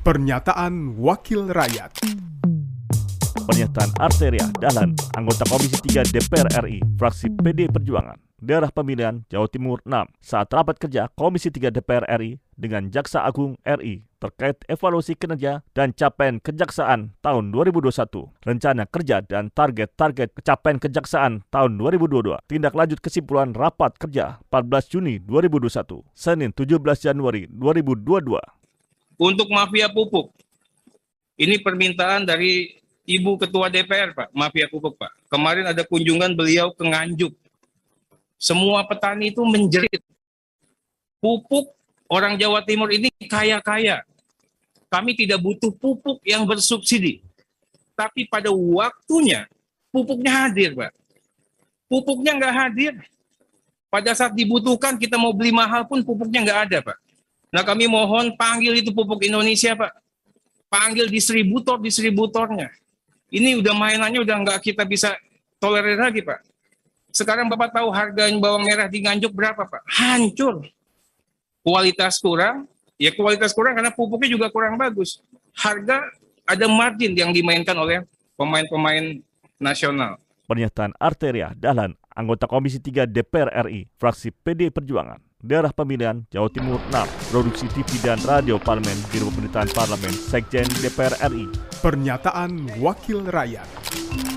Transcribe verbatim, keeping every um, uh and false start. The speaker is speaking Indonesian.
Pernyataan Wakil Rakyat. Pernyataan Arteria Dahlan, anggota Komisi tiga D P R R I, fraksi P D Perjuangan, daerah pemilihan Jawa Timur enam, saat rapat kerja Komisi tiga D P R R I dengan Jaksa Agung R I terkait evaluasi kinerja dan capaian kejaksaan tahun dua ribu dua puluh satu, rencana kerja dan target-target capaian kejaksaan tahun dua ribu dua puluh dua, tindak lanjut kesimpulan rapat kerja empat belas Juni dua ribu dua puluh satu, Senin tujuh belas Januari dua ribu dua puluh dua. Untuk mafia pupuk, ini permintaan dari Ibu Ketua D P R, Pak, mafia pupuk, Pak. Kemarin ada kunjungan beliau ke Nganjuk. Semua petani itu menjerit. Pupuk orang Jawa Timur ini kaya-kaya. Kami tidak butuh pupuk yang bersubsidi. Tapi pada waktunya, pupuknya hadir, Pak. Pupuknya nggak hadir. Pada saat dibutuhkan, kita mau beli mahal pun pupuknya nggak ada, Pak. Nah, kami mohon panggil itu Pupuk Indonesia, Pak. Panggil distributor-distributornya. Ini udah mainannya udah nggak kita bisa tolerir lagi, Pak. Sekarang Bapak tahu harga bawang merah di Nganjuk berapa, Pak? Hancur. Kualitas kurang, ya kualitas kurang karena pupuknya juga kurang bagus. Harga ada margin yang dimainkan oleh pemain-pemain nasional. Pernyataan Arteria Dahlan, anggota Komisi tiga D P R R I, fraksi P D Perjuangan, daerah pemilihan Jawa Timur enam, produksi T V dan radio Parlemen, Biro Pemerintahan Parlemen, Sekjen D P R R I. Pernyataan Wakil Rakyat.